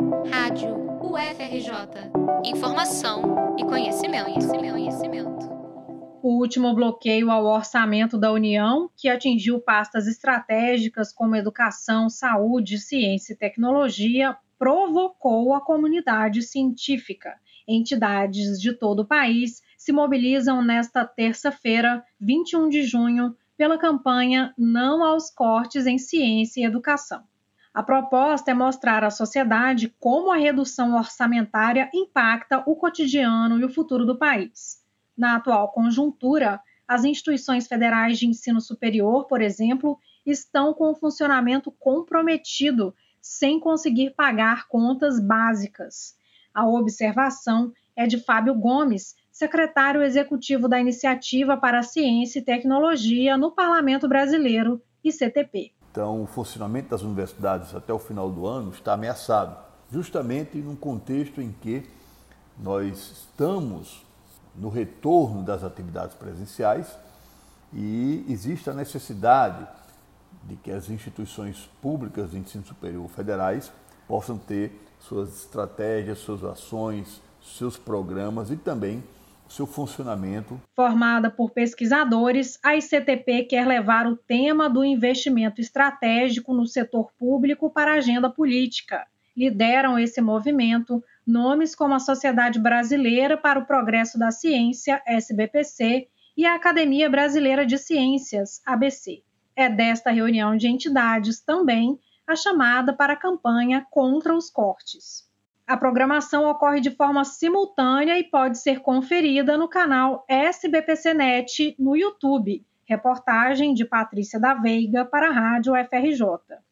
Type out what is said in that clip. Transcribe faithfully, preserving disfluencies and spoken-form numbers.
Rádio U F R J. Informação e conhecimento, conhecimento, conhecimento. O último bloqueio ao orçamento da União, que atingiu pastas estratégicas como educação, saúde, ciência e tecnologia, provocou a comunidade científica. Entidades de todo o país se mobilizam nesta terça-feira, vinte e um de junho, pela campanha Não aos Cortes em Ciência e Educação. A proposta é mostrar à sociedade como a redução orçamentária impacta o cotidiano e o futuro do país. Na atual conjuntura, as instituições federais de ensino superior, por exemplo, estão com o funcionamento comprometido, sem conseguir pagar contas básicas. A observação é de Fábio Gomes, secretário executivo da Iniciativa para a Ciência e Tecnologia no Parlamento Brasileiro, I C T P. Então, o funcionamento das universidades até o final do ano está ameaçado, justamente num contexto em que nós estamos no retorno das atividades presenciais e existe a necessidade de que as instituições públicas de ensino superior federais possam ter suas estratégias, suas ações, seus programas e também seu funcionamento. Formada por pesquisadores, a I C T P quer levar o tema do investimento estratégico no setor público para a agenda política. Lideram esse movimento nomes como a Sociedade Brasileira para o Progresso da Ciência, S B P C, e a Academia Brasileira de Ciências, A B C. É desta reunião de entidades também a chamada para a campanha contra os cortes. A programação ocorre de forma simultânea e pode ser conferida no canal S B P C Net no YouTube. Reportagem de Patrícia da Veiga para a Rádio U F R J.